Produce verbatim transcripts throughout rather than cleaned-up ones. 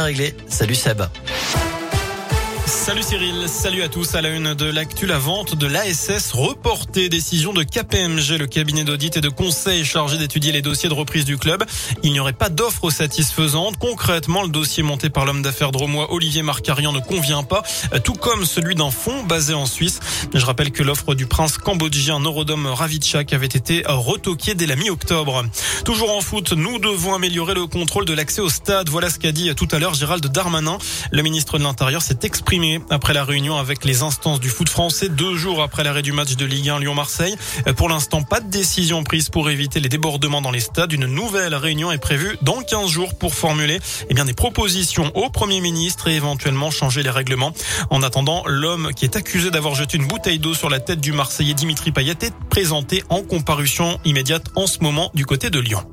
réglé. Salut Seb. Salut Cyril, salut à tous. À la une de l'actu, la vente de l'A S S reportée. Décision de K P M G, le cabinet d'audit et de conseil chargé d'étudier les dossiers de reprise du club. Il n'y aurait pas d'offre satisfaisante. Concrètement, le dossier monté par l'homme d'affaires drômois Olivier Marcarian ne convient pas, tout comme celui d'un fonds basé en Suisse. Je rappelle que l'offre du prince cambodgien Norodom Ravitchak avait été retoquée dès la mi-octobre. Toujours en foot, nous devons améliorer le contrôle de l'accès au stade. Voilà ce qu'a dit tout à l'heure Gérald Darmanin. Le ministre de l'Intérieur s'est exprimé après la réunion avec les instances du foot français, deux jours après l'arrêt du match de Ligue un Lyon-Marseille. Pour l'instant, pas de décision prise pour éviter les débordements dans les stades. Une nouvelle réunion est prévue dans quinze jours pour formuler eh bien, des propositions au Premier ministre et éventuellement changer les règlements. En attendant, l'homme qui est accusé d'avoir jeté une bouteille d'eau sur la tête du Marseillais Dimitri Payet est présenté en comparution immédiate en ce moment du côté de Lyon.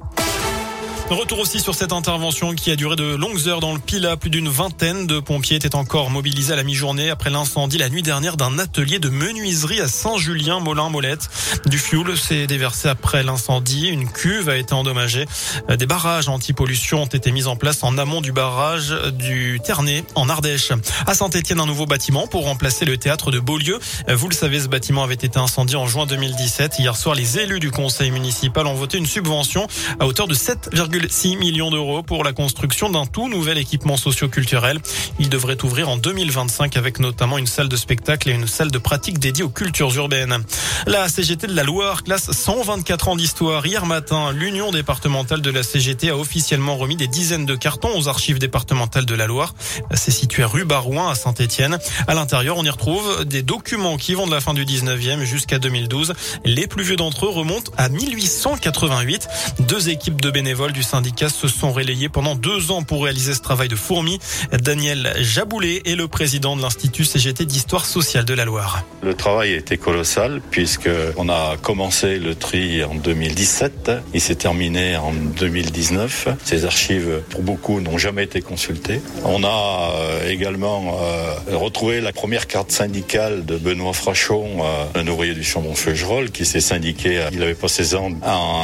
Retour aussi sur cette intervention qui a duré de longues heures dans le Pilat. Plus d'une vingtaine de pompiers étaient encore mobilisés à la mi-journée après l'incendie la nuit dernière d'un atelier de menuiserie à Saint-Julien-Molin-Molette. Du fioul s'est déversé après l'incendie. Une cuve a été endommagée. Des barrages anti-pollution ont été mis en place en amont du barrage du Ternay en Ardèche. À Saint-Étienne, un nouveau bâtiment pour remplacer le théâtre de Beaulieu. Vous le savez, ce bâtiment avait été incendié en juin deux mille dix-sept. Hier soir, les élus du conseil municipal ont voté une subvention à hauteur de sept virgule six millions d'euros pour la construction d'un tout nouvel équipement socio-culturel. Il devrait ouvrir en deux mille vingt-cinq avec notamment une salle de spectacle et une salle de pratique dédiée aux cultures urbaines. La C G T de la Loire classe cent vingt-quatre ans d'histoire. Hier matin, l'Union départementale de la C G T a officiellement remis des dizaines de cartons aux archives départementales de la Loire. C'est situé rue Barouin à Saint-Étienne. À l'intérieur, on y retrouve des documents qui vont de la fin du dix-neuvième jusqu'à deux mille douze. Les plus vieux d'entre eux remontent à mille huit cent quatre-vingt-huit. Deux équipes de bénévoles du syndicats se sont relayés pendant deux ans pour réaliser ce travail de fourmi. Daniel Jaboulet est le président de l'Institut C G T d'Histoire sociale de la Loire. Le travail a été colossal puisque on a commencé le tri en deux mille dix-sept. Il s'est terminé en deux mille dix-neuf. Ces archives, pour beaucoup, n'ont jamais été consultées. On a également retrouvé la première carte syndicale de Benoît Frachon, un ouvrier du Chambon-Feugerolles, qui s'est syndiqué, il avait pas seize ans,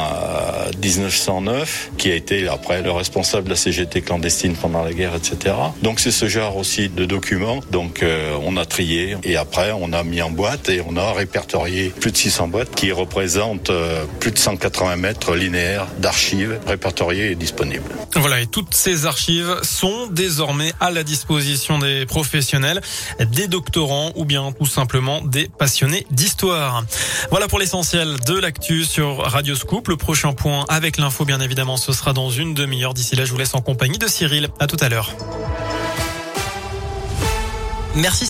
en dix-neuf cent neuf, qui a été après le responsable de la C G T clandestine pendant la guerre, et cetera. Donc c'est ce genre aussi de documents. Donc euh, on a trié et après on a mis en boîte et on a répertorié plus de six cents boîtes qui représentent euh, plus de cent quatre-vingts mètres linéaires d'archives répertoriées et disponibles. Voilà, et toutes ces archives sont désormais à la disposition des professionnels, des doctorants ou bien tout simplement des passionnés d'histoire. Voilà pour l'essentiel de l'actu sur Radio Scoop. Le prochain point avec l'info, bien évidemment, ce sera dans une demi-heure. D'ici là, je vous laisse en compagnie de Cyril. À tout à l'heure. Merci.